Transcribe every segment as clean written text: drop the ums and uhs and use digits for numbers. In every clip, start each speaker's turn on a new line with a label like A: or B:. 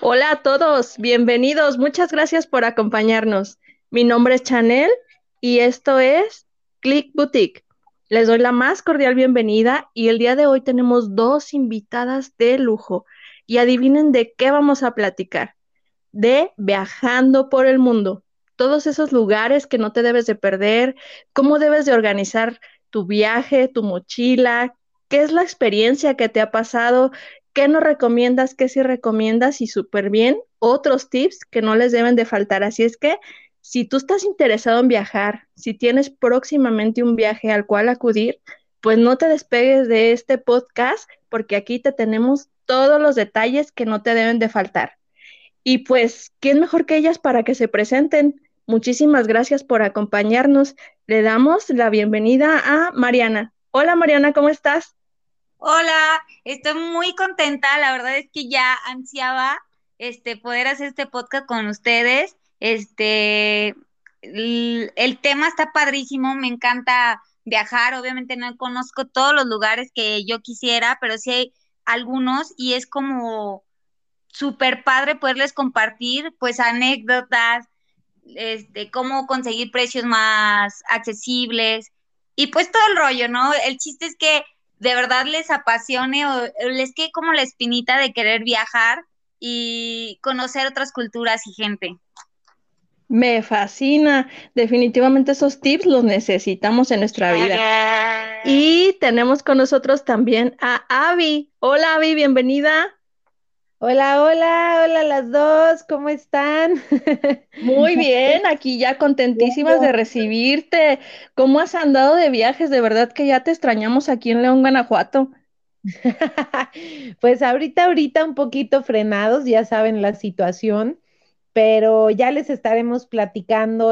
A: Hola a todos, bienvenidos, muchas gracias por acompañarnos. Mi nombre es Chanel y esto es Click Boutique. Les doy la más cordial bienvenida y el día de hoy tenemos dos invitadas de lujo. Y adivinen de qué vamos a platicar. De viajando por el mundo. Todos esos lugares que no te debes de perder, cómo debes de organizar tu viaje, tu mochila, qué es la experiencia que te ha pasado, qué no recomiendas, qué sí recomiendas y súper bien, otros tips que no les deben de faltar. Así es que si tú estás interesado en viajar, si tienes próximamente un viaje al cual acudir, pues no te despegues de este podcast porque aquí te tenemos todos los detalles que no te deben de faltar. Y pues, ¿quién mejor que ellas para que se presenten? Muchísimas gracias por acompañarnos. Le damos la bienvenida a Mariana. Hola Mariana, ¿cómo estás?
B: Hola, estoy muy contenta. La verdad es que ya ansiaba poder hacer este podcast con ustedes. El tema está padrísimo, me encanta viajar. Obviamente no conozco todos los lugares que yo quisiera, pero sí hay algunos y es como súper padre poderles compartir pues anécdotas, cómo conseguir precios más accesibles y pues todo el rollo, ¿no? El chiste es que de verdad les apasione o les quede como la espinita de querer viajar y conocer otras culturas y gente.
A: Me fascina. Definitivamente esos tips los necesitamos en nuestra vida. Y tenemos con nosotros también a Avi. Hola Avi, bienvenida.
C: Hola, hola, hola las dos, ¿cómo están?
A: Muy bien, aquí ya
C: Bien,
A: contentísimas de
C: bien.
A: recibirte. ¿Cómo has andado de viajes? De verdad que ya te extrañamos aquí en León, Guanajuato.
C: Pues ahorita un poquito frenados, ya saben la situación, pero ya les estaremos platicando,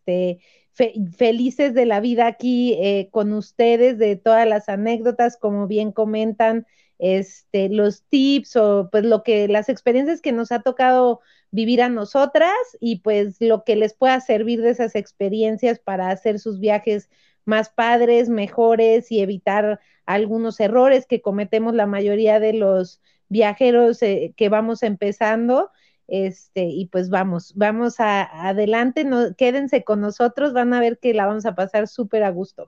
C: felices de la vida aquí con ustedes, de todas las anécdotas, como bien comentan, los tips o pues las experiencias que nos ha tocado vivir a nosotras y pues lo que les pueda servir de esas experiencias para hacer sus viajes más padres, mejores y evitar algunos errores que cometemos la mayoría de los viajeros que vamos empezando. Y pues adelante, no, quédense con nosotros, van a ver que la vamos a pasar súper a gusto.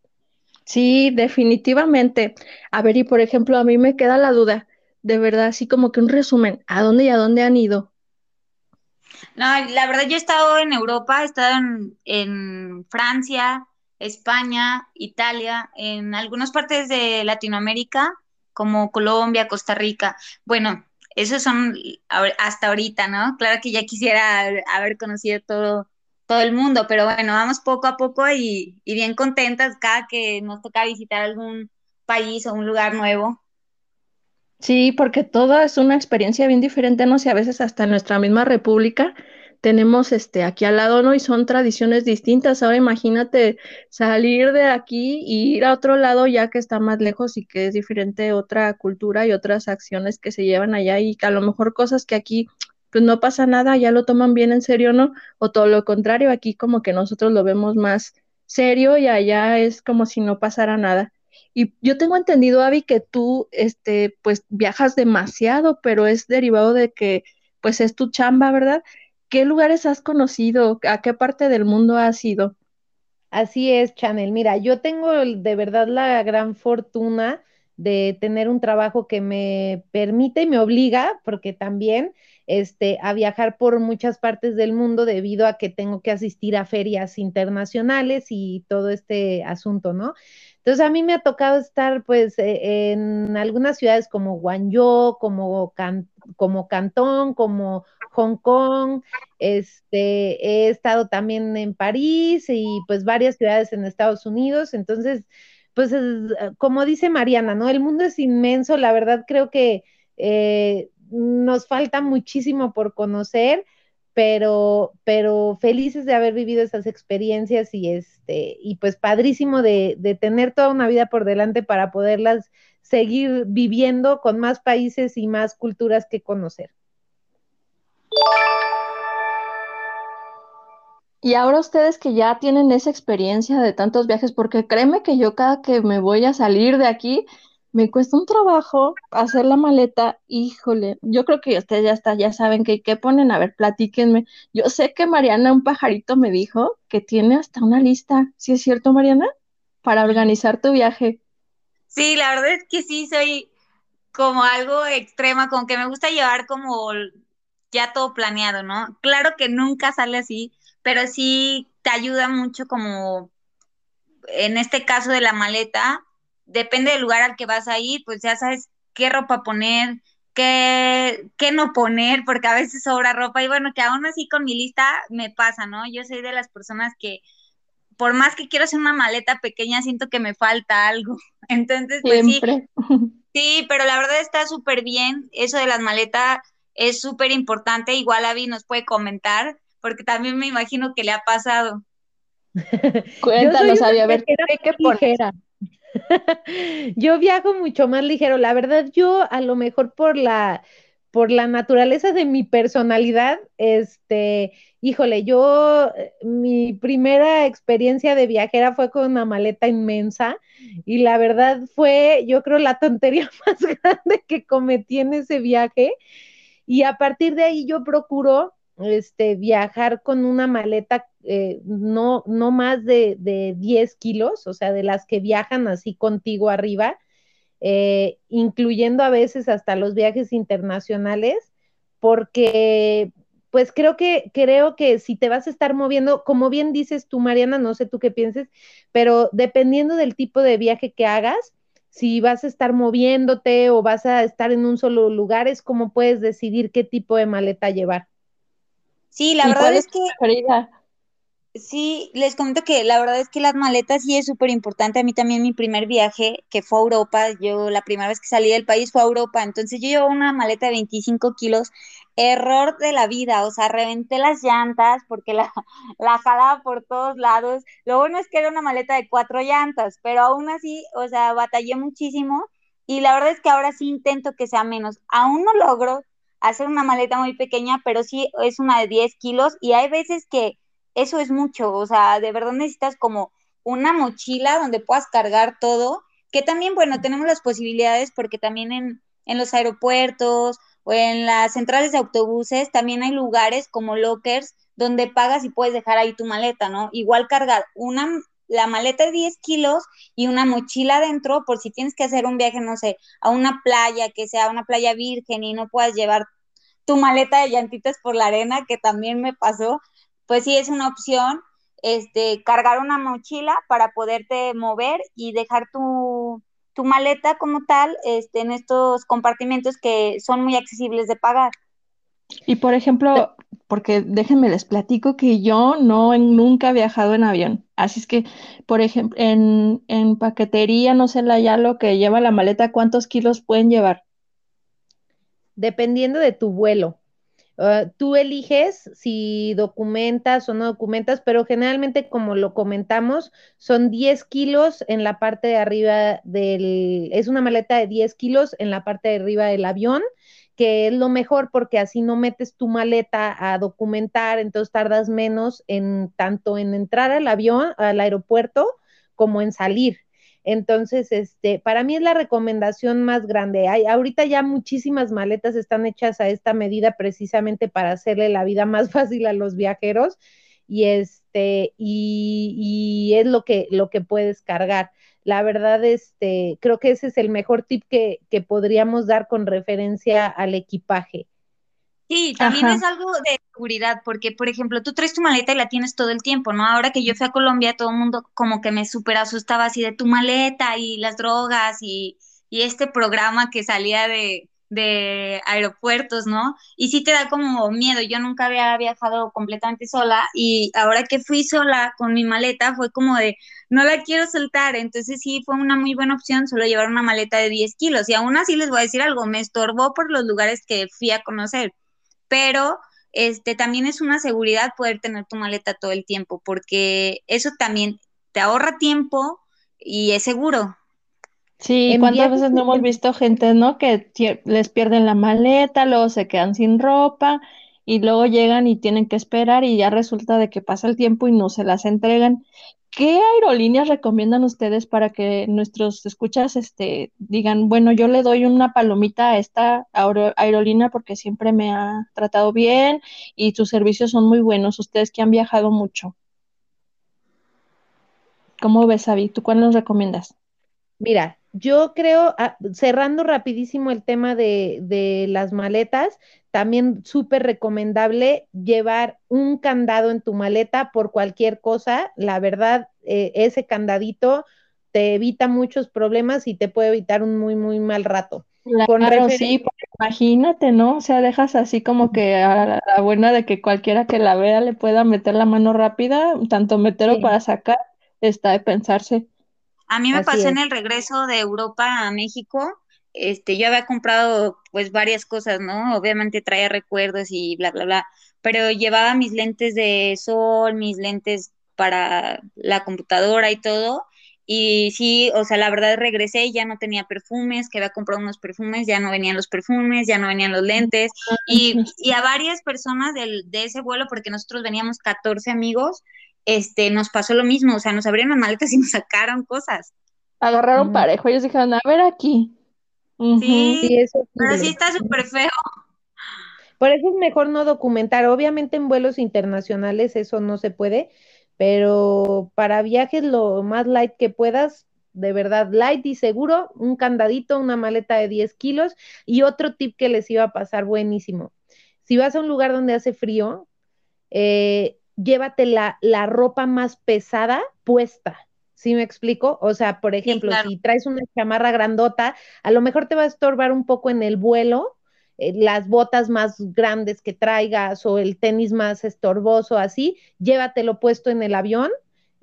A: Sí, definitivamente. A ver, y por ejemplo, a mí me queda la duda, de verdad, así como que un resumen, ¿a dónde y a dónde han ido?
B: No, la verdad yo he estado en Europa, he estado en Francia, España, Italia, en algunas partes de Latinoamérica, como Colombia, Costa Rica. Bueno, esos son hasta ahorita, ¿no? Claro que ya quisiera haber conocido todo el mundo, pero bueno, vamos poco a poco y bien contentas cada que nos toca visitar algún país o un lugar nuevo.
A: Sí, porque todo es una experiencia bien diferente, no sé, a veces hasta en nuestra misma república tenemos aquí al lado, ¿no? Y son tradiciones distintas. Ahora imagínate salir de aquí y ir a otro lado ya que está más lejos y que es diferente otra cultura y otras acciones que se llevan allá y que a lo mejor cosas que aquí pues no pasa nada, ya lo toman bien en serio, ¿no? O todo lo contrario, aquí como que nosotros lo vemos más serio y allá es como si no pasara nada. Y yo tengo entendido, Avi, que tú, pues viajas demasiado, pero es derivado de que, pues es tu chamba, ¿verdad? ¿Qué lugares has conocido? ¿A qué parte del mundo has ido?
C: Así es, Chanel. Mira, yo tengo de verdad la gran fortuna de tener un trabajo que me permite y me obliga, porque también, a viajar por muchas partes del mundo debido a que tengo que asistir a ferias internacionales y todo este asunto, ¿no? Entonces, a mí me ha tocado estar, pues, en algunas ciudades como Guangzhou, como Cantón, como Hong Kong. He estado también en París y pues varias ciudades en Estados Unidos. Entonces, pues como dice Mariana, ¿no? El mundo es inmenso. La verdad creo que nos falta muchísimo por conocer, pero felices de haber vivido esas experiencias y pues padrísimo de tener toda una vida por delante para poderlas seguir viviendo con más países y más culturas que conocer.
A: Y ahora ustedes que ya tienen esa experiencia de tantos viajes, porque créeme que yo cada que me voy a salir de aquí, Me cuesta un trabajo hacer la maleta, híjole, yo creo que ustedes ya saben que qué ponen, a ver, platíquenme. Yo sé que Mariana, un pajarito, me dijo que tiene hasta una lista, ¿sí es cierto, Mariana? Para organizar tu viaje.
B: Sí, la verdad es que sí, soy como algo extrema, como que me gusta llevar como ya todo planeado, ¿no? Claro que nunca sale así, pero sí te ayuda mucho como en este caso de la maleta, depende del lugar al que vas a ir, pues ya sabes qué ropa poner, qué no poner, porque a veces sobra ropa y bueno, que aún así con mi lista me pasa, ¿no? Yo soy de las personas que por más que quiero hacer una maleta pequeña, siento que me falta algo. Entonces, pues sí,
A: Siempre.
B: sí, pero la verdad está súper bien. Eso de las maletas es súper importante. Igual Avi nos puede comentar, porque también me imagino que le ha pasado.
C: Yo soy
A: Cuéntanos,
C: una
A: Abby, a ver,
C: viajera
A: ¿qué
C: muy
A: pones?
C: ligera. Yo viajo mucho más ligero. La verdad, yo a lo mejor por la naturaleza de mi personalidad, híjole, mi primera experiencia de viajera fue con una maleta inmensa y la verdad fue, yo creo, la tontería más grande que cometí en ese viaje. Y a partir de ahí yo procuro viajar con una maleta no más de 10 kilos, o sea, de las que viajan así contigo arriba, incluyendo a veces hasta los viajes internacionales, porque pues creo que si te vas a estar moviendo, como bien dices tú, Mariana, no sé tú qué pienses, pero dependiendo del tipo de viaje que hagas, si vas a estar moviéndote o vas a estar en un solo lugar, es como puedes decidir qué tipo de maleta llevar.
B: Sí, la
A: ¿Y
B: verdad
A: cuál
B: es
A: es tu
B: que
A: preferida?
B: sí, les comento que la verdad es que las maletas sí es súper importante. A mí también mi primer viaje, que fue a Europa, yo la primera vez que salí del país fue a Europa, entonces yo llevaba una maleta de 25 kilos, error de la vida, o sea, reventé las llantas porque la jalaba por todos lados. Lo bueno es que era una maleta de 4 llantas, pero aún así, o sea, batallé muchísimo y la verdad es que ahora sí intento que sea menos. Aún no logro hacer una maleta muy pequeña, pero sí es una de 10 kilos y hay veces que eso es mucho, o sea, de verdad necesitas como una mochila donde puedas cargar todo, que también, bueno, tenemos las posibilidades porque también en los aeropuertos o en las centrales de autobuses también hay lugares como lockers donde pagas y puedes dejar ahí tu maleta, ¿no? Igual cargar la maleta de 10 kilos y una mochila dentro por si tienes que hacer un viaje, no sé, a una playa, que sea una playa virgen y no puedas llevar tu maleta de llantitas por la arena, que también me pasó, pues sí es una opción, cargar una mochila para poderte mover y dejar tu maleta como tal, en estos compartimentos que son muy accesibles de pagar.
A: Y por ejemplo, porque déjenme les platico que yo nunca he viajado en avión. Así es que, por ejemplo, en paquetería, no sé ya lo que lleva la maleta, ¿cuántos kilos pueden llevar?
C: Dependiendo de tu vuelo. Tú eliges si documentas o no documentas, pero generalmente, como lo comentamos, son 10 kilos en la parte de arriba es una maleta de 10 kilos en la parte de arriba del avión, que es lo mejor porque así no metes tu maleta a documentar, entonces tardas menos en tanto en entrar al avión, al aeropuerto, como en salir. Entonces, para mí es la recomendación más grande. Ahorita ya muchísimas maletas están hechas a esta medida precisamente para hacerle la vida más fácil a los viajeros y es lo que puedes cargar. La verdad, creo que ese es el mejor tip que podríamos dar con referencia al equipaje.
B: Sí, también es
A: Ajá.
B: algo de seguridad, porque, por ejemplo, tú traes tu maleta y la tienes todo el tiempo, ¿no? Ahora que yo fui a Colombia, todo el mundo como que me súper asustaba así de tu maleta y las drogas y este programa que salía de aeropuertos, ¿no? Y sí te da como miedo. Yo nunca había viajado completamente sola y ahora que fui sola con mi maleta fue como de, no la quiero soltar. Entonces sí fue una muy buena opción solo llevar una maleta de 10 kilos. Y aún así les voy a decir algo, me estorbó por los lugares que fui a conocer, pero también es una seguridad poder tener tu maleta todo el tiempo, porque eso también te ahorra tiempo y es seguro.
A: Sí,
C: En
A: ¿cuántas
C: viajes,
A: veces no hemos visto gente, ¿no? Que les pierden la maleta, luego se quedan sin ropa y luego llegan y tienen que esperar y ya resulta de que pasa el tiempo y no se las entregan. ¿Qué aerolíneas recomiendan ustedes para que nuestros escuchas digan, bueno, yo le doy una palomita a esta aerolínea porque siempre me ha tratado bien y sus servicios son muy buenos, ustedes que han viajado mucho? ¿Cómo ves, Avi? ¿Tú cuál nos recomiendas?
C: Mira, yo creo, cerrando rapidísimo el tema de las maletas, también súper recomendable llevar un candado en tu maleta por cualquier cosa. La verdad, ese candadito te evita muchos problemas y te puede evitar un muy, muy mal rato. Con
A: Claro,
C: referencia,
A: sí, porque imagínate, ¿no? O sea, dejas así como que a la buena de que cualquiera que la vea le pueda meter la mano rápida, tanto meter o para sacar, está de pensarse.
B: A mí me
C: así
B: pasó en
C: es.
B: el regreso de Europa a México, yo había comprado pues varias cosas, ¿no? Obviamente traía recuerdos y bla, bla, bla, pero llevaba mis lentes de sol, mis lentes para la computadora y todo. Y sí, o sea, la verdad regresé y ya no tenía perfumes, que había comprado unos perfumes, ya no venían los perfumes, ya no venían los lentes. Y a varias personas de ese vuelo, porque nosotros veníamos 14 amigos, nos pasó lo mismo, o sea, nos abrieron las maletas y nos sacaron cosas.
A: Agarraron
C: Ujú.
A: parejo, ellos dijeron, a ver aquí. Ujú.
B: Sí,
C: Sí, es
B: pero sí
C: horrible.
B: está súper feo.
C: Por eso es mejor no documentar. Obviamente en vuelos internacionales eso no se puede, pero para viajes lo más light que puedas, de verdad, light y seguro, un candadito, una maleta de 10 kilos y otro tip que les iba a pasar buenísimo. Si vas a un lugar donde hace frío, llévate la ropa más pesada puesta. ¿Sí me explico? O sea, por
B: Sí,
C: ejemplo,
B: claro.
C: si traes una chamarra grandota, a lo mejor te va a estorbar un poco en el vuelo, las botas más grandes que traigas o el tenis más estorboso, así, llévatelo puesto en el avión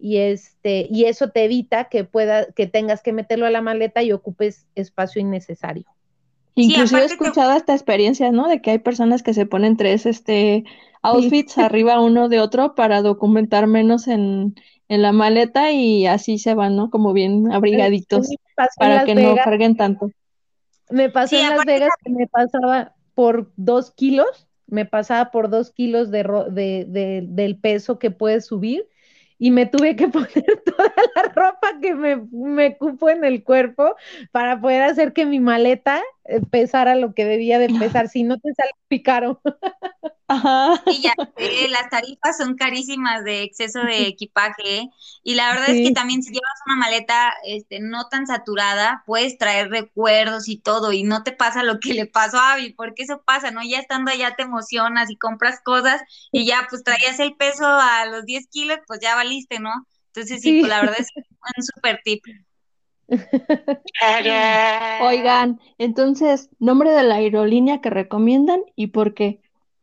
C: y eso te evita que tengas que meterlo a la maleta y ocupes espacio innecesario.
B: Sí,
A: Inclusive he
B: aparte te,
A: escuchado esta experiencia, ¿no? De que hay personas que se ponen tres,
C: Sí,
A: outfits arriba uno de otro para documentar menos en la maleta y así se van, ¿no? Como bien
C: a mí me
A: abrigaditos
C: pasó en
A: para
C: Las
A: que no
C: Vegas.
A: carguen tanto.
C: Me pasó
B: sí,
C: en Las
B: aparte
C: Vegas que me pasaba por 2 kilos, me pasaba por 2 kilos del peso que puedes subir y me tuve que poner toda la ropa que me cupo en el cuerpo para poder hacer que mi maleta pesara lo que debía de pesar, si no te sale muy caro.
A: Ajá.
B: sí, ya sé, las tarifas son carísimas de exceso de equipaje, ¿eh? Y la verdad es que
C: Sí,
B: también si llevas una maleta, no tan saturada, puedes traer recuerdos y todo, y no te pasa lo que le pasó a Abby, porque eso pasa, ¿no? Ya estando allá te emocionas y compras cosas y ya pues traías el peso a los 10 kilos, pues ya valiste, ¿no? Entonces sí, pues
C: sí.
B: la verdad es un súper tip.
A: Oigan, entonces, nombre de la aerolínea que recomiendan y por qué.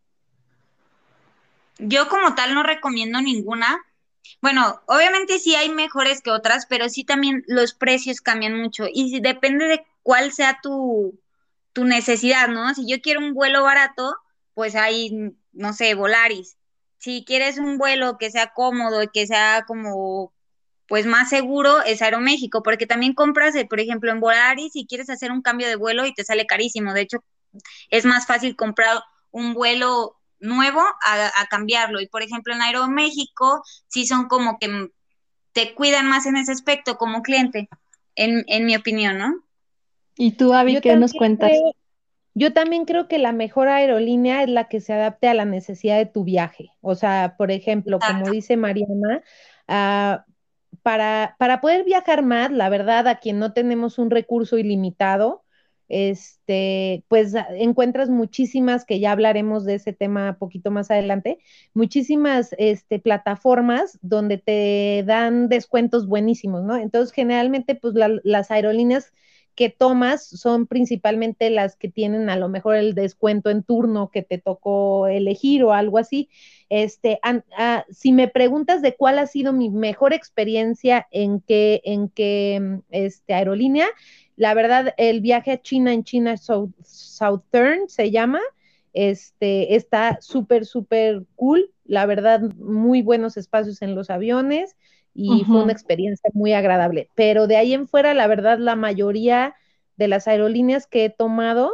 B: Yo como tal no recomiendo ninguna. Bueno, obviamente sí hay mejores que otras, pero sí también los precios cambian mucho y depende de cuál sea tu necesidad, ¿no? Si yo quiero un vuelo barato, pues hay, no sé, Volaris. Si quieres un vuelo que sea cómodo y que sea como, pues más seguro, es Aeroméxico, porque también compras, por ejemplo, en Volaris y quieres hacer un cambio de vuelo y te sale carísimo. De hecho, es más fácil comprar un vuelo nuevo a cambiarlo. Y por ejemplo, en Aeroméxico, sí son como que te cuidan más en ese aspecto como cliente, en mi opinión, ¿no?
A: ¿Y tú, Avi,
C: Yo
A: qué nos
C: también
A: cuentas?
C: creo, yo también creo que la mejor aerolínea es la que se adapte a la necesidad de tu viaje. O sea, por ejemplo, como
B: Exacto.
C: dice Mariana, ah, para poder viajar más, la verdad, a quien no tenemos un recurso ilimitado, pues encuentras muchísimas, que ya hablaremos de ese tema poquito más adelante, muchísimas plataformas donde te dan descuentos buenísimos, ¿no? Entonces, generalmente, pues las aerolíneas que tomas son principalmente las que tienen a lo mejor el descuento en turno que te tocó elegir o algo así. Si me preguntas de cuál ha sido mi mejor experiencia en qué aerolínea, la verdad, el viaje a China en China Southern se llama, está súper, súper cool, la verdad, muy buenos espacios en los aviones y fue una
A: Ujú.
C: experiencia muy agradable. Pero de ahí en fuera, la verdad, la mayoría de las aerolíneas que he tomado,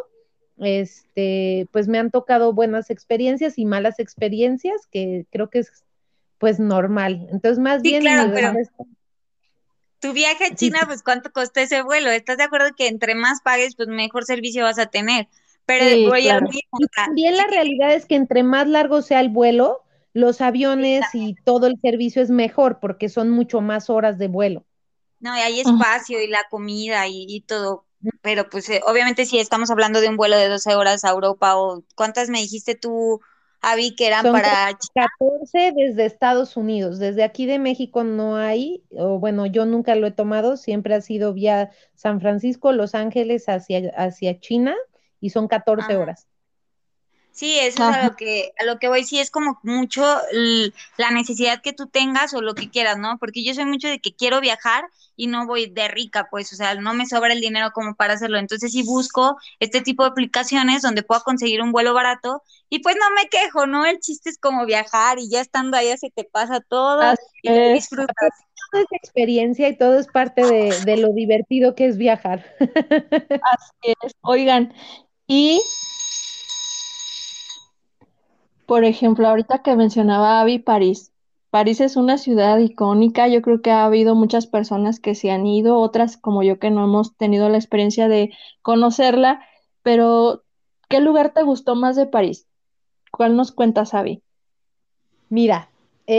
C: pues me han tocado buenas experiencias y malas experiencias, que creo que es pues normal. Entonces, más
B: Sí,
C: bien mi
B: claro, pero
C: respuesta,
B: tu viaje a
C: sí,
B: China,
C: sí,
B: pues ¿cuánto costó ese vuelo? ¿Estás de acuerdo que entre más pagues, pues mejor servicio vas a tener? Pero
A: Sí,
B: voy a lo
A: claro.
B: mismo, o
C: y
B: sea,
C: también
B: si
C: la realidad es que entre más largo sea el vuelo, los aviones
B: tienes.
C: y todo el servicio es mejor porque son mucho más horas de vuelo.
B: No, y hay
A: Ujú.
B: espacio y la comida y todo. Pero pues obviamente si estamos hablando de un vuelo de 12 horas a Europa o ¿cuántas me dijiste tú, Avi, que eran
C: Son
B: para China?
C: 14 desde Estados Unidos. Desde aquí de México no hay, o bueno, yo nunca lo he tomado, siempre ha sido vía San Francisco, Los Ángeles hacia China y son 14
B: Ajá.
C: horas.
B: Sí, eso es
A: Ajá.
B: a lo que voy, sí es como mucho la necesidad que tú tengas o lo que quieras, ¿no? Porque yo soy mucho de que quiero viajar y no voy de rica, pues, o sea, no me sobra el dinero como para hacerlo. Entonces sí busco este tipo de aplicaciones donde pueda conseguir un vuelo barato y pues no me quejo, ¿no? El chiste es como viajar y ya estando allá se te pasa todo
A: Así
B: y lo
A: es,
B: disfrutas.
C: Todo es experiencia y todo es parte de lo divertido que es viajar.
A: así es. Oigan, y por ejemplo, ahorita que mencionaba Abby, París. París es una ciudad icónica. Yo creo que ha habido muchas personas que se han ido, otras como yo que no hemos tenido la experiencia de conocerla. Pero, ¿qué lugar te gustó más de París? ¿Cuál nos cuentas, Abby?
C: Mira,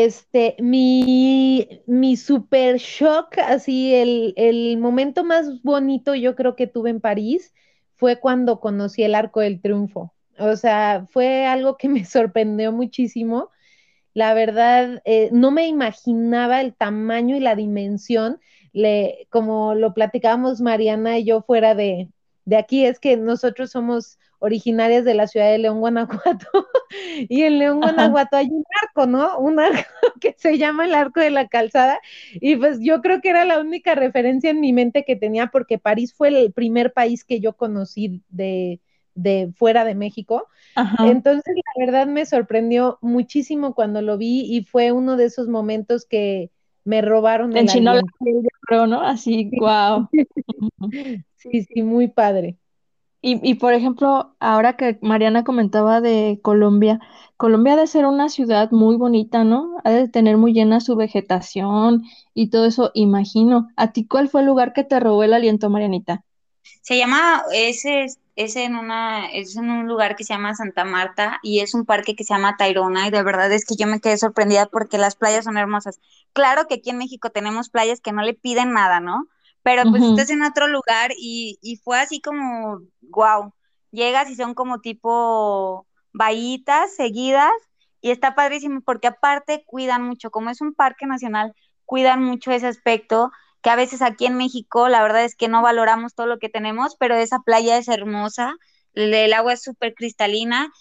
C: mi super shock, así el momento más bonito yo creo que tuve en París fue cuando conocí el Arco del Triunfo. O sea, fue algo que me sorprendió muchísimo. La verdad, no me imaginaba el tamaño y la dimensión, como lo platicábamos Mariana y yo fuera de aquí, es que nosotros somos originarias de la ciudad de León, Guanajuato, y en León,
A: Ajá.
C: Guanajuato hay un arco, ¿no? Un arco que se llama el Arco de la Calzada, y pues yo creo que era la única referencia en mi mente que tenía, porque París fue el primer país que yo conocí de fuera de México.
A: Ajá.
C: Entonces, la verdad me sorprendió muchísimo cuando lo vi y fue uno de esos momentos que me robaron
A: Te
C: el
A: enchinó la
C: aliento.
A: piel, yo creo, ¿no? Así, wow.
C: Sí, sí, muy padre.
A: Y por ejemplo, ahora que Mariana comentaba de Colombia, Colombia ha de ser una ciudad muy bonita, ¿no? Ha de tener muy llena su vegetación y todo eso, imagino. ¿A ti cuál fue el lugar que te robó el aliento, Marianita?
B: Se llama, es en un lugar que se llama Santa Marta y es un parque que se llama Tayrona y de verdad es que yo me quedé sorprendida porque las playas son hermosas. Claro que aquí en México tenemos playas que no le piden nada, ¿no? Pero pues
A: Ujú.
B: estás en otro lugar y fue así como, wow, llegas y son como tipo bahitas seguidas y está padrísimo porque aparte cuidan mucho, como es un parque nacional, cuidan mucho ese aspecto que a veces aquí en México la verdad es que no valoramos todo lo que tenemos, pero esa playa es hermosa, el agua es súper cristalina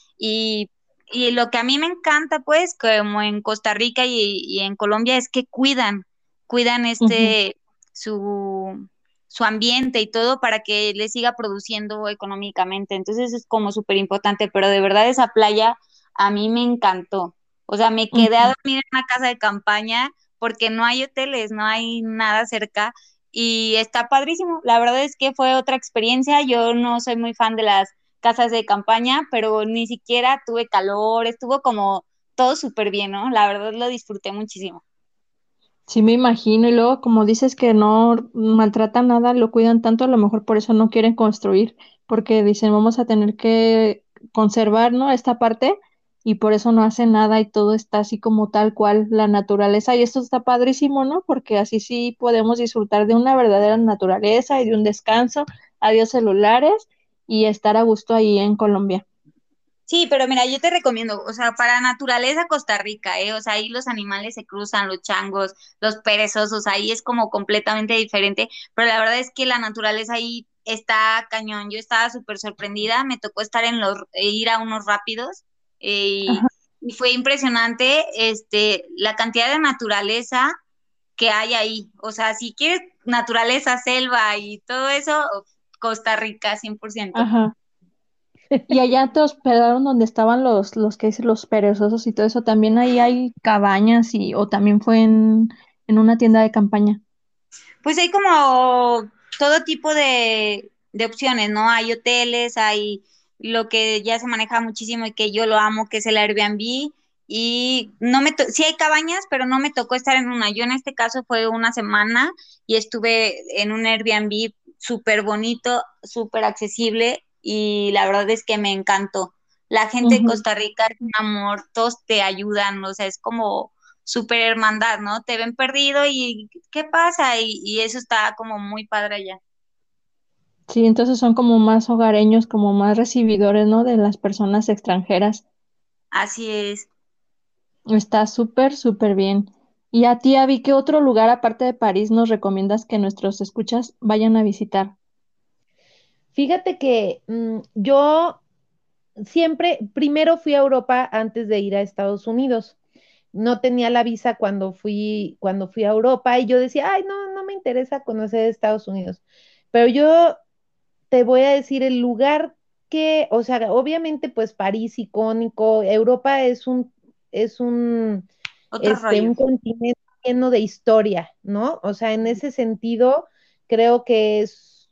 B: y lo que a mí me encanta pues como en Costa Rica y en Colombia es que cuidan
A: Ujú.
B: su, su ambiente y todo para que le siga produciendo económicamente. Entonces es como súper importante, pero de verdad esa playa a mí me encantó. O sea, me quedé a
A: Ujú.
B: dormir en una casa de campaña porque no hay hoteles, no hay nada cerca y está padrísimo. La verdad es que fue otra experiencia. Yo no soy muy fan de las casas de campaña, pero ni siquiera tuve calor, estuvo como todo súper bien, ¿no? La verdad lo disfruté muchísimo.
A: Sí, me imagino. Y luego, como dices que no maltratan nada, lo cuidan tanto, a lo mejor por eso no quieren construir, porque dicen, vamos a tener que conservar, ¿no? Esta parte, y por eso no hacen nada y todo está así como tal cual la naturaleza. Y esto está padrísimo, ¿no? Porque así sí podemos disfrutar de una verdadera naturaleza y de un descanso, adiós celulares y estar a gusto ahí en Colombia.
B: Sí, pero mira, yo te recomiendo, o sea, para naturaleza Costa Rica, o sea, ahí los animales se cruzan, los changos, los perezosos, ahí es como completamente diferente, pero la verdad es que la naturaleza ahí está cañón. Yo estaba súper sorprendida, me tocó estar ir a unos rápidos
A: Ajá.
B: y fue impresionante, la cantidad de naturaleza que hay ahí. O sea, si quieres naturaleza, selva y todo eso, Costa Rica, 100%.
A: Ajá. Y allá te hospedaron donde estaban los que dicen los perezosos y todo eso. También ahí hay cabañas y, o también fue en una tienda de campaña.
B: Pues hay como todo tipo de opciones, ¿no? Hay hoteles, hay lo que ya se maneja muchísimo y que yo lo amo, que es el Airbnb, y sí hay cabañas, pero no me tocó estar en una. Yo en este caso fue una semana y estuve en un Airbnb súper bonito, súper accesible y la verdad es que me encantó. La gente de
A: Ujú.
B: Costa Rica es un amor, todos te ayudan, o sea, es como súper hermandad, ¿no? Te ven perdido y ¿qué pasa? Y eso está como muy padre allá.
A: Sí, entonces son como más hogareños, como más recibidores, ¿no? De las personas extranjeras.
B: Así es.
A: Está súper, súper bien. Y a ti, Abby, ¿qué otro lugar aparte de París nos recomiendas que nuestros escuchas vayan a visitar?
C: Fíjate que yo siempre, primero fui a Europa antes de ir a Estados Unidos. No tenía la visa cuando fui a Europa y yo decía, ay, no, no me interesa conocer Estados Unidos. Pero yo te voy a decir el lugar que, o sea, obviamente pues París icónico, Europa
B: Otro rollo.
C: un continente lleno de historia, ¿no? O sea, en ese sentido, creo que es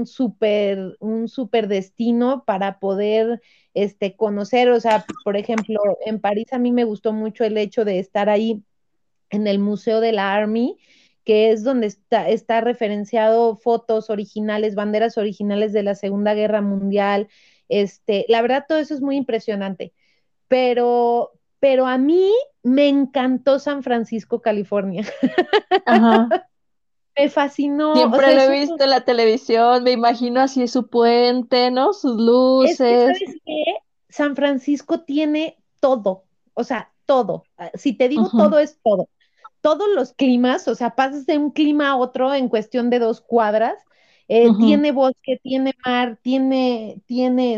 C: un súper destino para poder, conocer, o sea, por ejemplo, en París a mí me gustó mucho el hecho de estar ahí en el Museo de la Army, que es donde está referenciado fotos originales, banderas originales de la Segunda Guerra Mundial. La verdad, todo eso es muy impresionante. Pero a mí me encantó San Francisco, California.
A: Ajá.
C: Me fascinó, o
A: Siempre
C: sea,
A: lo he visto en la televisión, me imagino así su puente, ¿no? Sus
C: es que,
A: luces.
C: ¿sabes qué? San Francisco tiene todo, o sea, todo. Si te digo
A: Ujú,
C: todo, es todo. Todos los climas, o sea, pasas de un clima a otro en cuestión de 2 cuadras.
A: ujú,
C: Tiene bosque, tiene mar, tiene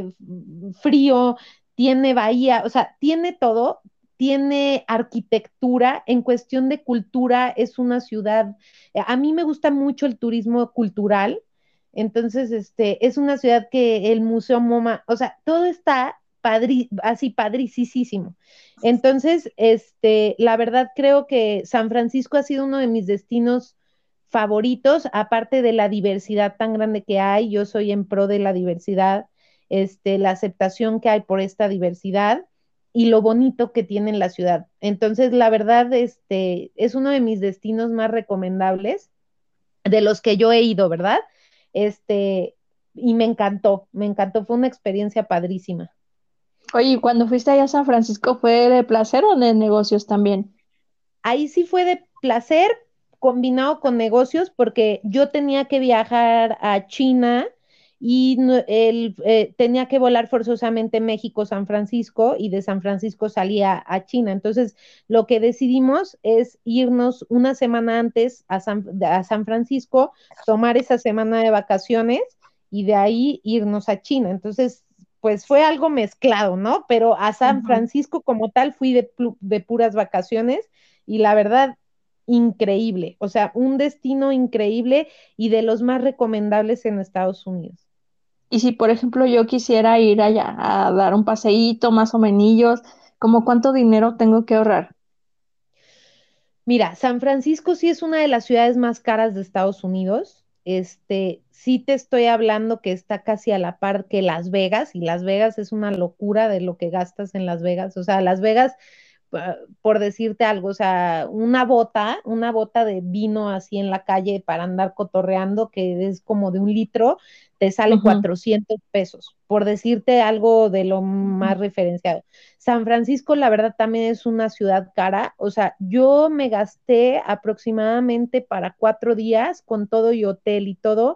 C: frío, tiene bahía, o sea, tiene todo, tiene arquitectura. En cuestión de cultura, es una ciudad, a mí me gusta mucho el turismo cultural, entonces, es una ciudad que el Museo MoMA, o sea, todo está así padricísimo. Entonces, la verdad creo que San Francisco ha sido uno de mis destinos favoritos, aparte de la diversidad tan grande que hay. Yo soy en pro de la diversidad, la aceptación que hay por esta diversidad y lo bonito que tiene la ciudad. Entonces, la verdad, es uno de mis destinos más recomendables de los que yo he ido, ¿verdad? Este, y me encantó, fue una experiencia padrísima.
A: Oye, ¿y cuando fuiste allá a San Francisco fue de placer o de negocios también?
C: Ahí sí fue de placer combinado con negocios porque yo tenía que viajar a China y tenía que volar forzosamente México-San Francisco y de San Francisco salía a China. Entonces, lo que decidimos es irnos una semana antes a San Francisco, tomar esa semana de vacaciones y de ahí irnos a China. Entonces, pues fue algo mezclado, ¿no? Pero a San
A: Ujú.
C: Francisco como tal fui de puras vacaciones y la verdad, increíble, o sea, un destino increíble y de los más recomendables en Estados Unidos.
A: Y si, por ejemplo, yo quisiera ir allá a dar un paseíto más o menos, ¿como cuánto dinero tengo que ahorrar?
C: Mira, San Francisco sí es una de las ciudades más caras de Estados Unidos. Sí te estoy hablando que está casi a la par que Las Vegas, y Las Vegas es una locura de lo que gastas en Las Vegas. O sea, Las Vegas, por decirte algo, o sea, una bota de vino así en la calle para andar cotorreando, que es como de 1 litro, te sale
A: Ujú,
C: 400 pesos, por decirte algo de lo más referenciado. San Francisco, la verdad, también es una ciudad cara. O sea, yo me gasté aproximadamente para 4 días con todo y hotel y todo,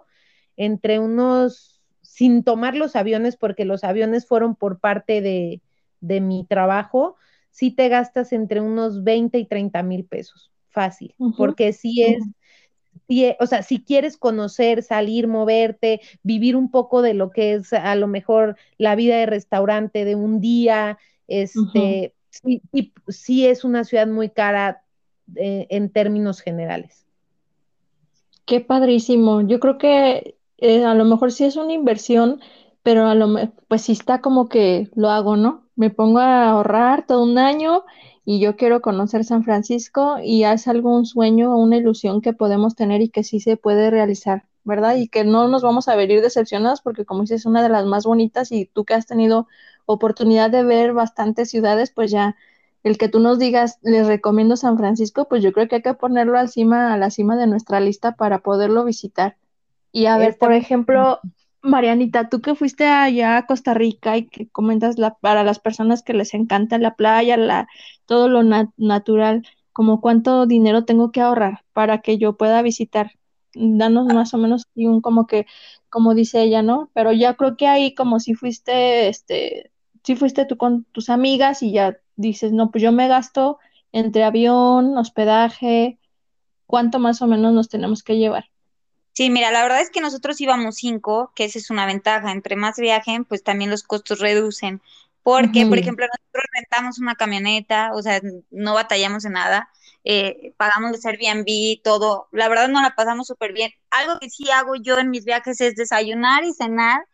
C: sin tomar los aviones, porque los aviones fueron por parte de mi trabajo, sí te gastas entre unos 20 y 30 mil pesos, fácil,
A: ujú,
C: porque
A: ujú,
C: o sea, si quieres conocer, salir, moverte, vivir un poco de lo que es a lo mejor la vida de restaurante de un día,
A: ujú.
C: sí es una ciudad muy cara en términos generales.
A: Qué padrísimo. Yo creo que a lo mejor sí es una inversión, pero pues sí está como que lo hago, ¿no? Me pongo a ahorrar todo un año y yo quiero conocer San Francisco y ya es algo, un sueño o una ilusión que podemos tener y que sí se puede realizar, ¿verdad? Y que no nos vamos a ver ir decepcionados porque como dices, es una de las más bonitas y tú que has tenido oportunidad de ver bastantes ciudades, pues ya el que tú nos digas, les recomiendo San Francisco, pues yo creo que hay que ponerlo a la cima de nuestra lista para poderlo visitar. Y a ver,
C: Está
A: por
C: muy bien.
A: ejemplo, Marianita, tú que fuiste allá a Costa Rica y que comentas para las personas que les encanta la playa, todo lo natural, como cuánto dinero tengo que ahorrar para que yo pueda visitar. Danos más o menos y un como que, como dice ella, ¿no? Pero ya creo que ahí como si fuiste, si fuiste tú con tus amigas y ya dices, no, pues yo me gasto entre avión, hospedaje, ¿cuánto más o menos nos tenemos que llevar?
B: Sí, mira, la verdad es que nosotros íbamos 5, que esa es una ventaja. Entre más viajen, pues también los costos reducen. Porque, por
A: Ujú.
B: ejemplo, nosotros rentamos una camioneta, o sea, no batallamos en nada, pagamos los Airbnb, todo. La verdad no la pasamos súper bien. Algo que sí hago yo en mis viajes es desayunar y cenar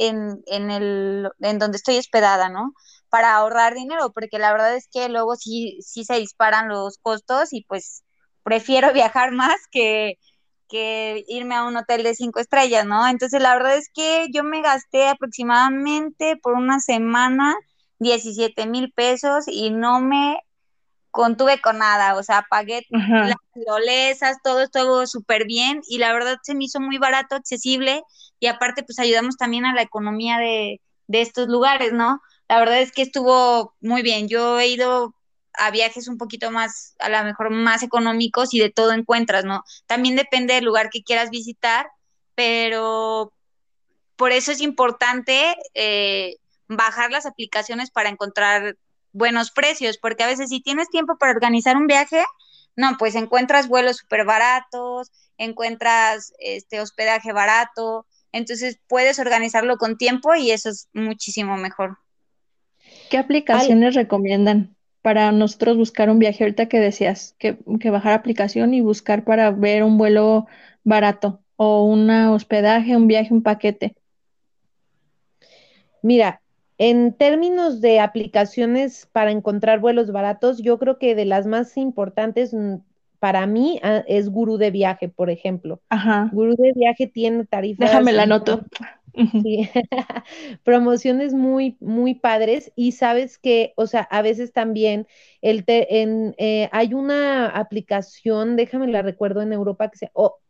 B: en donde estoy hospedada, ¿no? Para ahorrar dinero, porque la verdad es que luego sí se disparan los costos y pues prefiero viajar más que irme a un hotel de 5 estrellas, ¿no? Entonces, la verdad es que yo me gasté aproximadamente por una semana 17,000 pesos y no me contuve con nada, o sea, pagué las
A: Ajá.
B: tirolesas, todo estuvo súper bien y la verdad se me hizo muy barato, accesible y aparte pues ayudamos también a la economía de estos lugares, ¿no? La verdad es que estuvo muy bien. Yo he ido a viajes un poquito más, a lo mejor más económicos y de todo encuentras, ¿no? También depende del lugar que quieras visitar, pero por eso es importante bajar las aplicaciones para encontrar buenos precios, porque a veces si tienes tiempo para organizar un viaje, no, pues encuentras vuelos súper baratos, encuentras hospedaje barato, entonces puedes organizarlo con tiempo y eso es muchísimo mejor.
A: ¿Qué
C: Al-
A: aplicaciones recomiendan para nosotros buscar un viaje? Ahorita que decías que bajar aplicación y buscar para ver un vuelo barato o un hospedaje, un viaje, un paquete.
C: Mira, en términos de aplicaciones para encontrar vuelos baratos, yo creo que de las más importantes para mí es Gurú de Viaje, por ejemplo.
A: Ajá,
C: Gurú de Viaje tiene
A: déjame
C: tarifas
A: la
C: y
A: anoto. Ujú.
C: sí, promociones muy, muy padres y sabes que, o sea, a veces también hay una aplicación, déjame la recuerdo en Europa que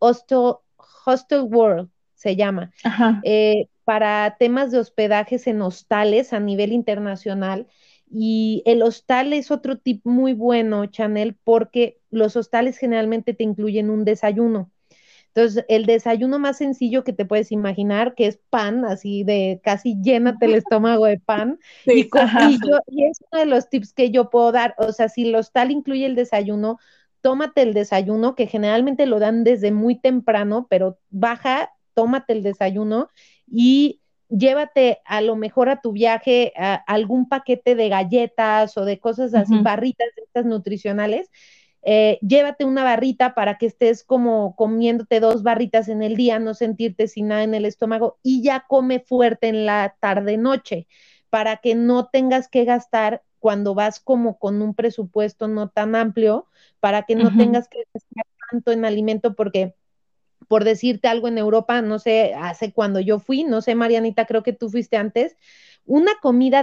C: Hostel World se llama,
A: Ajá,
C: para temas de hospedajes en hostales a nivel internacional. Y el hostal es otro tip muy bueno, Chanel, porque los hostales generalmente te incluyen un desayuno. Entonces, el desayuno más sencillo que te puedes imaginar, que es pan, así de casi llénate el estómago de pan,
B: Sí,
A: ajá,
C: y es uno de los tips que yo puedo dar. O sea, si el hostal incluye el desayuno, tómate el desayuno, que generalmente lo dan desde muy temprano, pero baja, tómate el desayuno y llévate a lo mejor a tu viaje algún paquete de galletas o de cosas así,
A: ujú.
C: barritas de estas nutricionales. Llévate una barrita para que estés como comiéndote 2 barritas en el día, no sentirte sin nada en el estómago y ya come fuerte en la tarde-noche para que no tengas que gastar cuando vas como con un presupuesto no tan amplio, para que no
A: Ujú.
C: tengas que gastar tanto en alimento porque por decirte algo en Europa, no sé, hace cuando yo fui, no sé, Marianita, creo que tú fuiste antes, una comida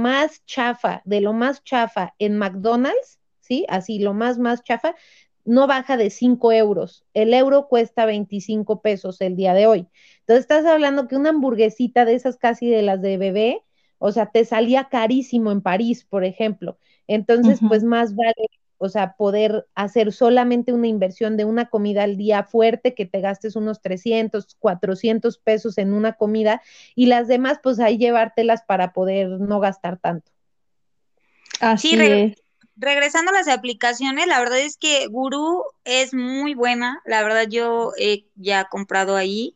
C: de lo más chafa en McDonald's, ¿sí? Así, lo más chafa, no baja de 5 euros. El euro cuesta 25 pesos el día de hoy. Entonces estás hablando que una hamburguesita de esas casi de las de bebé, o sea, te salía carísimo en París, por ejemplo. Entonces, pues
A: Ujú.
C: más vale, o sea, poder hacer solamente una inversión de una comida al día fuerte, que te gastes unos 300, 400 pesos en una comida y las demás, pues ahí llevártelas para poder no gastar tanto.
B: sí,
A: Así es.
B: regresando a las aplicaciones, la verdad es que Guru es muy buena. La verdad, yo he ya comprado ahí.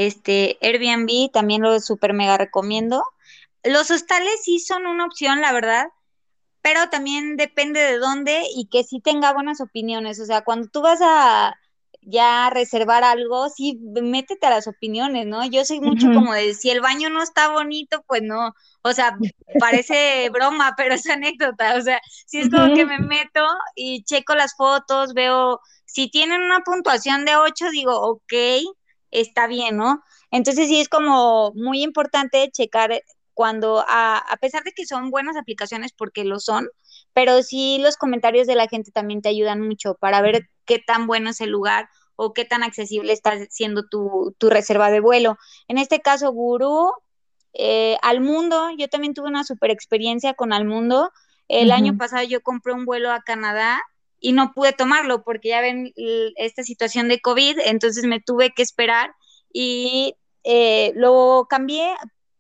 B: Airbnb también lo super mega recomiendo. Los hostales sí son una opción, la verdad, pero también depende de dónde y que sí tenga buenas opiniones. O sea, cuando tú vas a ya reservar algo, sí, métete a las opiniones, ¿no? Yo soy mucho
A: Ujú.
B: como de, si el baño no está bonito, pues no. O sea, parece broma, pero es anécdota. O sea, sí es como que
A: Ujú.
B: me meto y checo las fotos, veo, si tienen una puntuación de 8 digo, ok, está bien, ¿no? Entonces sí es como muy importante checar cuando, a pesar de que son buenas aplicaciones porque lo son, pero sí los comentarios de la gente también te ayudan mucho para ver qué tan bueno es el lugar o qué tan accesible está siendo tu reserva de vuelo. En este caso, Gurú, Al Mundo, yo también tuve una super experiencia con Al Mundo. El año
A: Ujú,
B: pasado yo compré un vuelo a Canadá y no pude tomarlo porque ya ven esta situación de COVID, entonces me tuve que esperar y lo cambié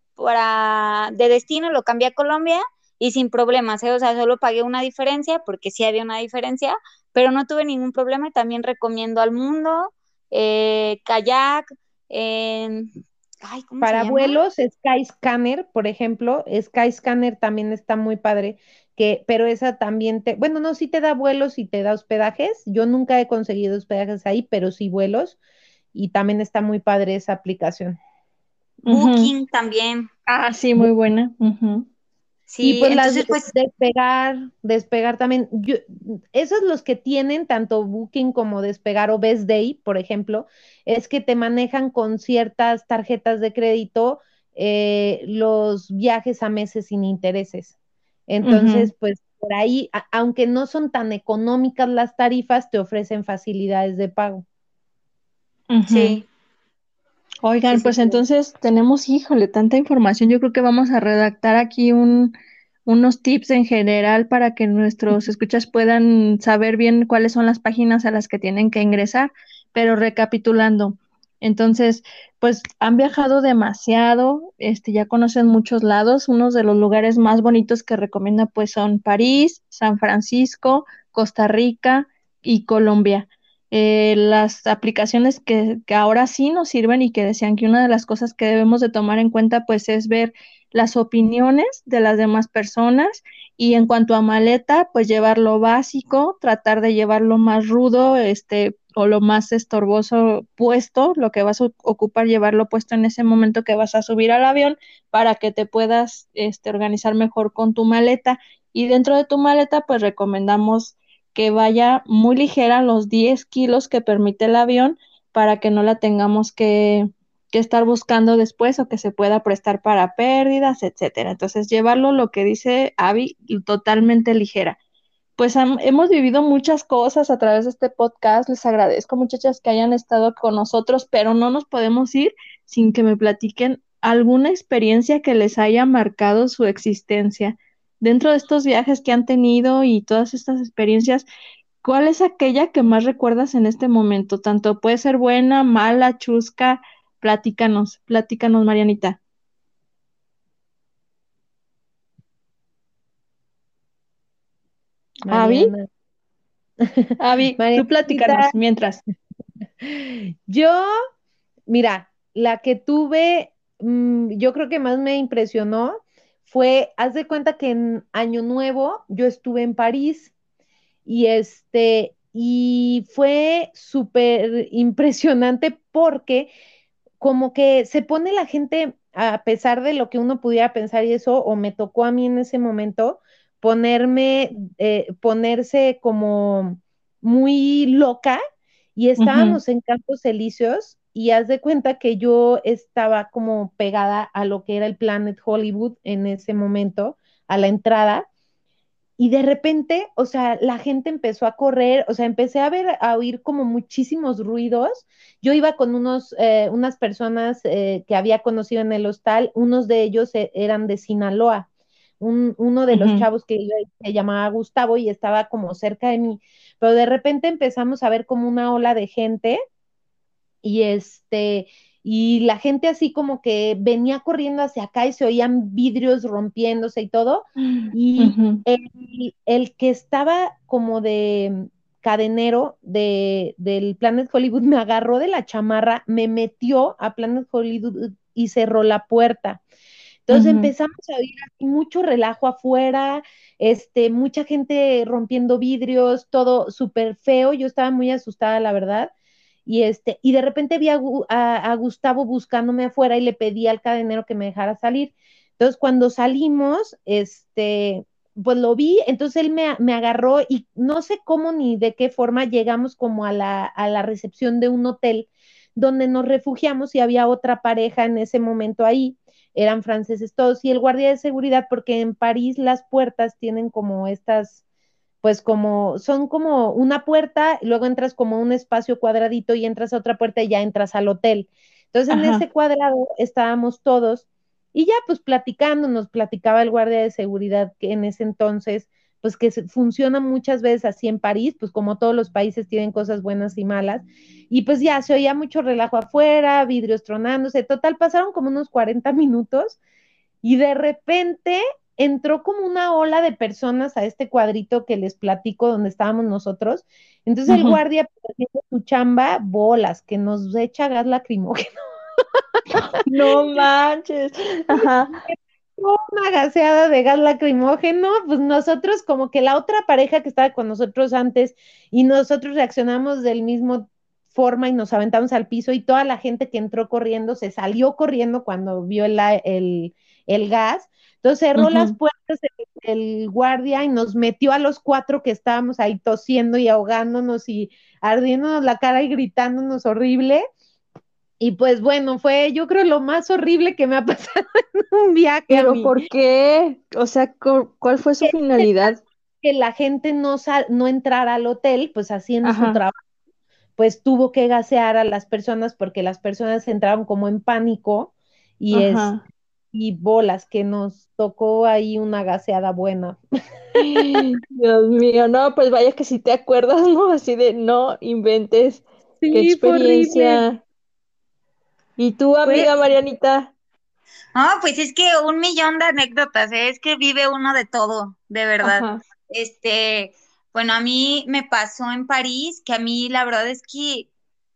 B: de destino, lo cambié a Colombia y sin problemas, ¿eh? O sea, solo pagué una diferencia porque sí había una diferencia, pero no tuve ningún problema y también recomiendo Al Mundo, Kayak, eh, ay, ¿cómo se
C: Para
B: llama?
C: vuelos, Skyscanner, por ejemplo, Skyscanner también está muy padre, pero esa también bueno, no, sí te da vuelos y te da hospedajes. Yo nunca he conseguido hospedajes ahí, pero sí vuelos y también está muy padre esa aplicación.
A: ujú.
B: Booking también,
A: Ah, sí, muy buena. Ujú,
C: Y
B: sí,
C: pues las de
B: entonces pues
C: despegar también, esos los que tienen tanto Booking como Despegar o Best Day, por ejemplo, es que te manejan con ciertas tarjetas de crédito los viajes a meses sin intereses.
A: ujú,
C: Entonces, pues por ahí, aunque no son tan económicas las tarifas, te ofrecen facilidades de pago.
A: ujú.
B: sí, sí,
A: Oigan,
B: sí,
A: pues
B: sí.
A: entonces tenemos, híjole, tanta información. Yo creo que vamos a redactar aquí unos tips en general para que nuestros escuchas puedan saber bien cuáles son las páginas a las que tienen que ingresar. Pero recapitulando, entonces, pues han viajado demasiado, ya conocen muchos lados. Unos de los lugares más bonitos que recomienda pues son París, San Francisco, Costa Rica y Colombia. Las aplicaciones que ahora sí nos sirven y que decían que una de las cosas que debemos de tomar en cuenta pues es ver las opiniones de las demás personas y en cuanto a maleta pues llevar lo básico, tratar de llevar lo más rudo o lo más estorboso puesto, lo que vas a ocupar llevarlo puesto en ese momento que vas a subir al avión para que te puedas organizar mejor con tu maleta y dentro de tu maleta pues recomendamos que vaya muy ligera, los 10 kilos que permite el avión, para que no la tengamos que estar buscando después o que se pueda prestar para pérdidas, etcétera. Entonces, llevarlo, lo que dice Abby, totalmente ligera. Pues hemos vivido muchas cosas a través de este podcast. Les agradezco, muchachas, que hayan estado con nosotros, pero no nos podemos ir sin que me platiquen alguna experiencia que les haya marcado su existencia. Dentro de estos viajes que han tenido y todas estas experiencias, ¿cuál es aquella que más recuerdas en este momento? Tanto puede ser buena, mala, chusca. Platícanos, platícanos, Marianita. Avi,
C: Mariana.
A: Avi, tú
C: Marianita,
A: platícanos mientras.
C: yo, mira, la que tuve, yo creo que más me impresionó fue, haz de cuenta que en Año Nuevo yo estuve en París y fue súper impresionante porque como que se pone la gente, a pesar de lo que uno pudiera pensar y eso, o me tocó a mí en ese momento, ponerse como muy loca y
A: Ujú,
C: estábamos en Campos Elíseos y haz de cuenta que yo estaba como pegada a lo que era el Planet Hollywood en ese momento, a la entrada y de repente, o sea, la gente empezó a correr, o sea, empecé a oír como muchísimos ruidos. Yo iba con unas personas que había conocido en el hostal, unos de ellos eran de Sinaloa. Uno de los
A: ujú.
C: chavos que iba se llamaba Gustavo y estaba como cerca de mí, pero de repente empezamos a ver como una ola de gente y y la gente así como que venía corriendo hacia acá y se oían vidrios rompiéndose y todo. Y
A: Ujú,
C: el que estaba como de cadenero del Planet Hollywood me agarró de la chamarra, me metió a Planet Hollywood y cerró la puerta. Entonces
A: ujú.
C: empezamos a oír así mucho relajo afuera, mucha gente rompiendo vidrios, todo súper feo. Yo estaba muy asustada, la verdad. Y de repente vi a Gustavo buscándome afuera y le pedí al cadenero que me dejara salir. Entonces, cuando salimos, pues lo vi, entonces él me agarró y no sé cómo ni de qué forma llegamos como a la recepción de un hotel donde nos refugiamos y había otra pareja en ese momento ahí, eran franceses todos, y el guardia de seguridad, porque en París las puertas tienen como estas pues como, son como una puerta, luego entras como un espacio cuadradito y entras a otra puerta y ya entras al hotel. Entonces en
A: Ajá.
C: ese cuadrado estábamos todos y ya pues platicando, nos platicaba el guardia de seguridad que en ese entonces, pues que funciona muchas veces así en París, pues como todos los países tienen cosas buenas y malas, y pues ya se oía mucho relajo afuera, vidrios tronándose, total, pasaron como unos 40 minutos y de repente entró como una ola de personas a este cuadrito que les platico donde estábamos nosotros. Entonces el
A: Ujú.
C: guardia, pues, haciendo su chamba, bolas, que nos echa gas lacrimógeno.
A: No manches. Ajá.
C: Una gaseada de gas lacrimógeno, pues nosotros como que la otra pareja que estaba con nosotros antes y nosotros reaccionamos del mismo forma y nos aventamos al piso y toda la gente que entró corriendo se salió corriendo cuando vio el gas. Entonces cerró las
A: Ujú.
C: puertas el guardia y nos metió a los cuatro que estábamos ahí tosiendo y ahogándonos y ardiéndonos la cara y gritándonos horrible. Y pues bueno, fue yo creo lo más horrible que me ha pasado en un viaje a
A: Pero
C: mí.
A: ¿por qué? O sea, ¿cuál fue su finalidad?
C: Que la gente no entrara al hotel, pues haciendo su
A: Ajá.
C: trabajo, pues tuvo que gasear a las personas porque las personas entraron como en pánico y
A: Ajá.
C: y bolas que nos tocó ahí una gaseada buena.
A: Dios mío, no, pues vaya que si te acuerdas, ¿no? Así de no inventes, qué
C: Sí, fue horrible.
A: experiencia. ¿Y tú,
B: Pues,
A: amiga Marianita?
B: no, pues es que un millón de anécdotas, ¿eh? Es que vive uno de todo, de verdad.
A: Ajá.
B: Este, bueno, a mí me pasó en París, que a mí la verdad es que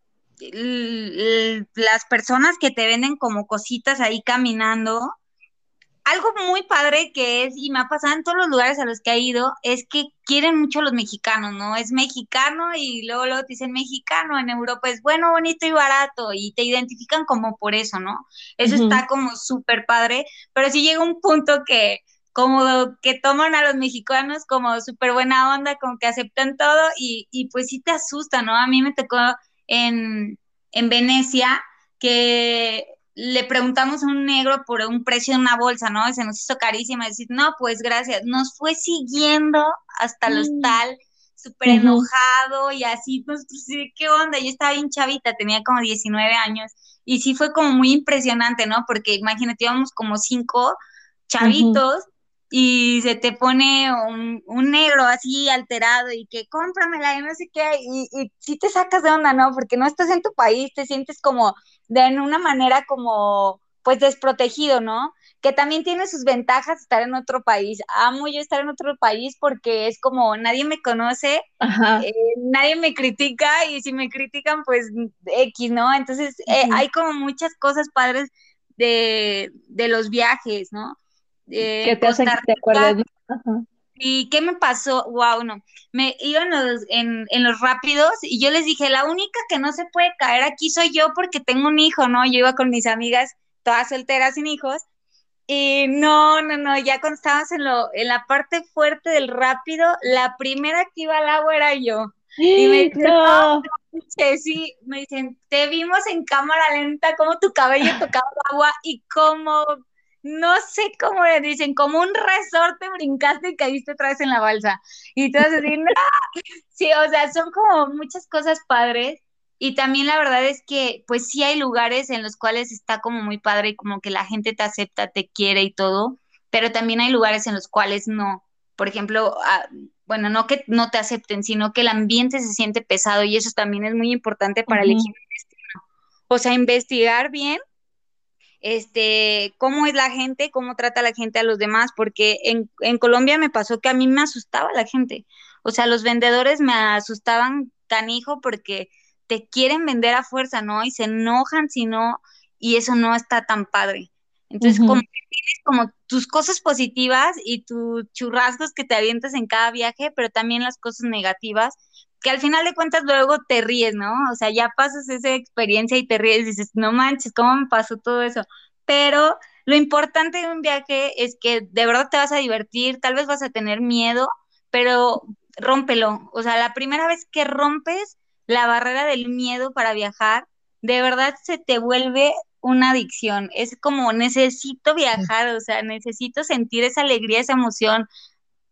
B: las personas que te venden como cositas ahí caminando, algo muy padre que es, y me ha pasado en todos los lugares a los que he ido, es que quieren mucho a los mexicanos, ¿no? Es mexicano y luego te dicen mexicano en Europa es bueno, bonito y barato y te identifican como por eso, ¿no? Eso
A: Ujú.
B: está como súper padre, pero sí llega un punto que como que toman a los mexicanos como súper buena onda, como que aceptan todo y pues sí te asusta, ¿no? A mí me tocó en, en Venecia que le preguntamos a un negro por un precio de una bolsa, ¿no? Y se nos hizo carísima. Decir, no, pues gracias. Nos fue siguiendo hasta el hostal, súper
A: Ujú.
B: enojado y así, pues, sí, ¿qué onda? Yo estaba bien chavita, tenía como 19 años. Y sí fue como muy impresionante, ¿no? Porque imagínate, íbamos como cinco
A: Ujú.
B: chavitos y se te pone un negro así alterado y que cómpramela y no sé qué, y sí te sacas de onda, ¿no? Porque no estás en tu país, te sientes como de una manera como, pues desprotegido, ¿no? Que también tiene sus ventajas estar en otro país. Amo yo estar en otro país porque es como nadie me conoce,
A: Ajá.
B: nadie me critica y si me critican, pues X, ¿no? Entonces
A: Ujú.
B: hay como muchas cosas padres de los viajes, ¿no?
A: ¿Qué
B: En
A: te hacen
B: Costa
A: que te
B: Rica,
A: acuerdes, no? Ajá.
B: ¿y qué me pasó? Wow, no. Me iban en los rápidos y yo les dije, la única que no se puede caer aquí soy yo porque tengo un hijo, ¿no? Yo iba con mis amigas todas solteras sin hijos y no, no, no, ya cuando estábamos en la parte fuerte del rápido, la primera que iba al agua era yo. Y me dicen,
A: No.
B: no, che, sí, me dicen, te vimos en cámara lenta cómo tu cabello tocaba el agua y cómo, no sé cómo le dicen, como un resorte brincaste y caíste otra vez en la balsa. Y todas así, no, sí, o sea, son como muchas cosas padres. Y también la verdad es que, pues sí hay lugares en los cuales está como muy padre y como que la gente te acepta, te quiere y todo, pero también hay lugares en los cuales no. Por ejemplo, bueno, no que no te acepten, sino que el ambiente se siente pesado y eso también es muy importante para
A: Ujú.
B: elegir. O sea, investigar bien cómo es la gente, cómo trata la gente a los demás, porque en Colombia me pasó que a mí me asustaba la gente. O sea, los vendedores me asustaban canijo porque te quieren vender a fuerza, ¿no? Y se enojan si no, y eso no está tan padre. Entonces, como
A: Ujú.
B: que tienes como tus cosas positivas y tus churrascos que te avientas en cada viaje, pero también las cosas negativas, que al final de cuentas luego te ríes, ¿no? O sea, ya pasas esa experiencia y te ríes y dices, no manches, ¿cómo me pasó todo eso? Pero lo importante de un viaje es que de verdad te vas a divertir, tal vez vas a tener miedo, pero rómpelo. O sea, la primera vez que rompes la barrera del miedo para viajar, de verdad se te vuelve una adicción. Es como necesito viajar, o sea, necesito sentir esa alegría, esa emoción.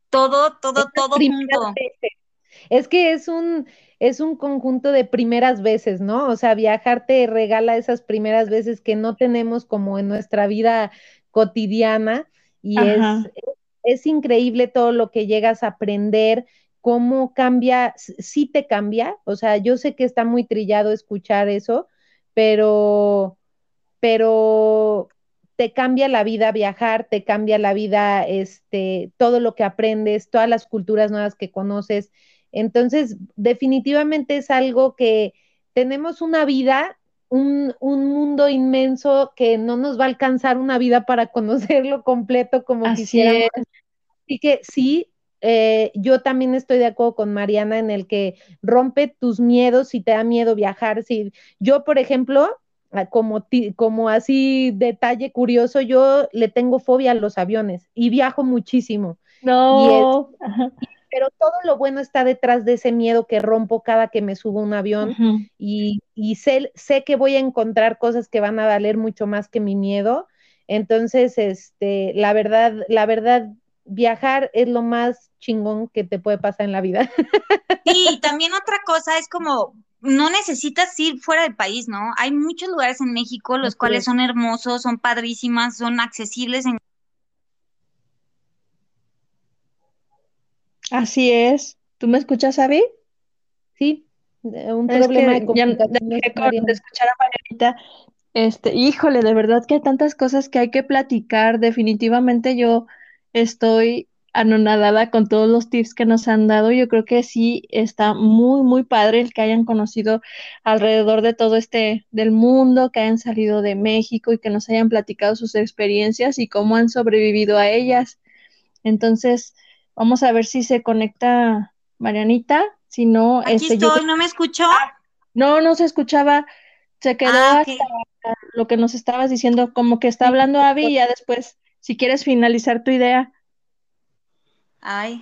B: todo
C: Primeras
B: junto.
C: veces. Es que es un conjunto de primeras veces, ¿no? O sea, viajar te regala esas primeras veces que no tenemos como en nuestra vida cotidiana y
A: Ajá,
C: es increíble todo lo que llegas a aprender, cómo cambia, sí te cambia, o sea, yo sé que está muy trillado escuchar eso, pero pero te cambia la vida viajar, te cambia la vida, todo lo que aprendes, todas las culturas nuevas que conoces. Entonces, definitivamente es algo que tenemos una vida, un mundo inmenso que no nos va a alcanzar una vida para conocerlo completo como
A: así
C: quisiéramos.
A: es.
C: Así que sí, yo también estoy de acuerdo con Mariana en el que rompe tus miedos si te da miedo viajar. Si yo, por ejemplo, como así detalle curioso, yo le tengo fobia a los aviones y viajo muchísimo. Y es,
A: No, ajá,
C: pero todo lo bueno está detrás de ese miedo que rompo cada que me subo a un avión
A: ujú.
C: y sé que voy a encontrar cosas que van a valer mucho más que mi miedo. Entonces, la verdad, viajar es lo más chingón que te puede pasar en la vida.
B: Sí, y también otra cosa es como, no necesitas ir fuera del país, ¿no? Hay muchos lugares en México los
C: Así
B: cuales
C: es.
B: son hermosos, son padrísimas, son accesibles en...
A: Así es. ¿Tú me escuchas, Abby?
C: Sí, un
A: Es
C: problema de
A: que ya
C: comunicación,
A: dejé de
C: Mariana.
A: escuchar a Marianita. Híjole, de verdad que hay tantas cosas que hay que platicar. Definitivamente yo estoy anonadada con todos los tips que nos han dado. Yo creo que sí está muy, muy padre el que hayan conocido alrededor de todo del mundo, que hayan salido de México y que nos hayan platicado sus experiencias y cómo han sobrevivido a ellas. Entonces, vamos a ver si se conecta Marianita. Si no,
B: Aquí
A: yo
B: estoy,
A: creo
B: ¿no me escuchó?
A: no se escuchaba, se quedó
B: Ah, ok.
A: hasta lo que nos estabas diciendo, como que está
C: Sí,
A: hablando Abby y ya después, si quieres finalizar tu idea.
B: Ay,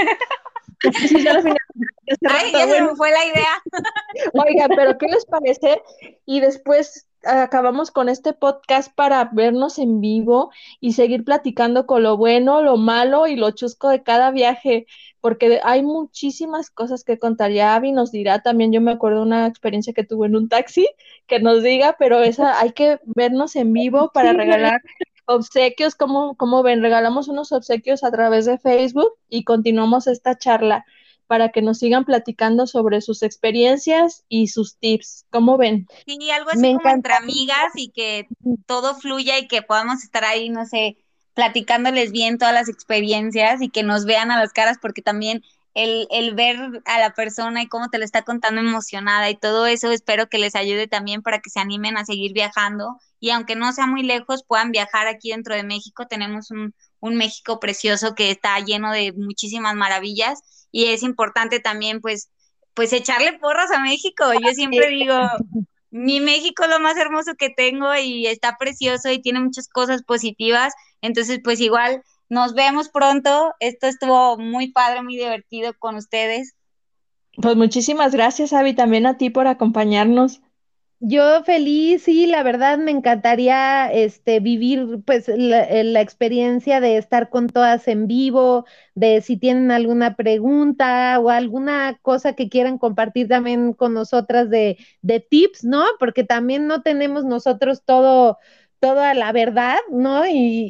A: Sí, ya la finalizaste hace
B: ay, ya
A: rato,
B: se
A: bueno.
B: me fue la idea.
A: Oiga, pero ¿qué les parece? Y después acabamos con este podcast para vernos en vivo y seguir platicando con lo bueno, lo malo y lo chusco de cada viaje, porque hay muchísimas cosas que contar. Ya Abby nos dirá también, yo me acuerdo de una experiencia que tuve en un taxi, que nos diga, pero esa hay que vernos en vivo para
C: chisme.
A: regalar obsequios, como ven, regalamos unos obsequios a través de Facebook y continuamos esta charla para que nos sigan platicando sobre sus experiencias y sus tips. ¿Cómo ven?
B: Sí, algo así
C: Me
B: como entre
C: encanta.
B: amigas y que todo fluya y que podamos estar ahí, no sé, platicándoles bien todas las experiencias y que nos vean a las caras, porque también el ver a la persona y cómo te lo está contando emocionada y todo eso, espero que les ayude también para que se animen a seguir viajando y aunque no sea muy lejos, puedan viajar aquí dentro de México. Tenemos un México precioso que está lleno de muchísimas maravillas y es importante también, pues echarle porras a México. Yo siempre digo, mi México es lo más hermoso que tengo y está precioso y tiene muchas cosas positivas. Entonces, pues igual nos vemos pronto. Esto estuvo muy padre, muy divertido con ustedes.
A: Pues muchísimas gracias, Abby, también a ti por acompañarnos.
C: Yo feliz, sí, la verdad me encantaría vivir pues la experiencia de estar con todas en vivo, de si tienen alguna pregunta o alguna cosa que quieran compartir también con nosotras de tips, ¿no? Porque también no tenemos nosotros toda la verdad, ¿no?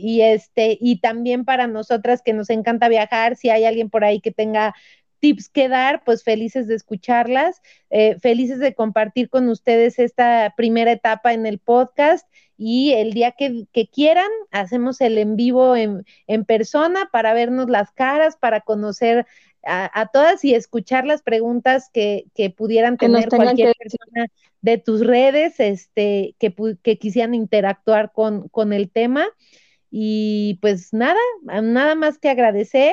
C: Y también para nosotras que nos encanta viajar, si hay alguien por ahí que tenga tips que dar, pues felices de escucharlas, felices de compartir con ustedes esta primera etapa en el podcast y el día que quieran, hacemos el en vivo en persona para vernos las caras, para conocer a todas y escuchar las preguntas que pudieran
A: Que nos
C: tener
A: tengan
C: cualquier
A: que decir.
C: persona de tus redes, que quisieran interactuar con el tema. Y pues nada más que agradecer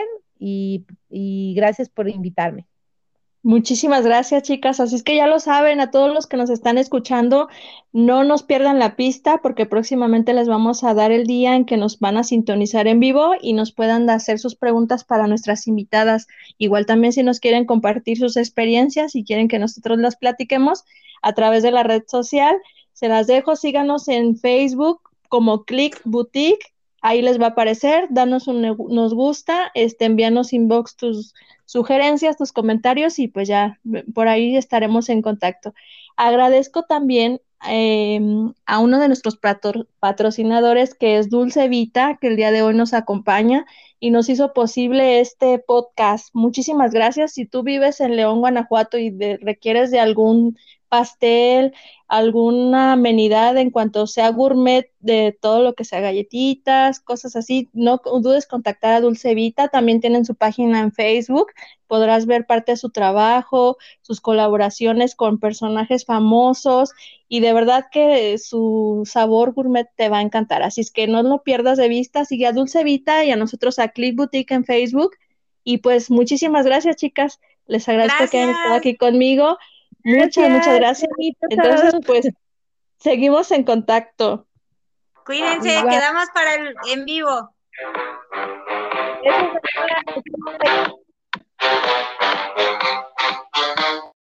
C: y gracias por invitarme.
A: Muchísimas gracias, chicas. Así es que ya lo saben, a todos los que nos están escuchando, no nos pierdan la pista porque próximamente les vamos a dar el día en que nos van a sintonizar en vivo y nos puedan hacer sus preguntas para nuestras invitadas. Igual también si nos quieren compartir sus experiencias y quieren que nosotros las platiquemos a través de la red social, se las dejo. Síganos en Facebook como Click Boutique. ahí les va a aparecer, danos nos gusta, envíanos inbox tus sugerencias, tus comentarios y pues ya por ahí estaremos en contacto. Agradezco también a uno de nuestros patrocinadores que es Dulce Vita, que el día de hoy nos acompaña y nos hizo posible este podcast. Muchísimas gracias. Si tú vives en León, Guanajuato y requieres de algún pastel, alguna amenidad en cuanto sea gourmet de todo lo que sea galletitas, cosas así, no dudes contactar a Dulce Vita, también tienen su página en Facebook, podrás ver parte de su trabajo, sus colaboraciones con personajes famosos y de verdad que su sabor gourmet te va a encantar, así es que no lo pierdas de vista, sigue a Dulce Vita y a nosotros a Click Boutique en Facebook y pues muchísimas gracias chicas, les agradezco que hayan estado
B: Gracias.
A: aquí conmigo. Muchas
C: Gracias,
A: gracias.
C: bonito
A: Entonces,
C: sábado.
A: pues, seguimos en contacto.
B: Cuídense,
C: Igual.
B: quedamos para el en vivo.
C: Besos, amiga.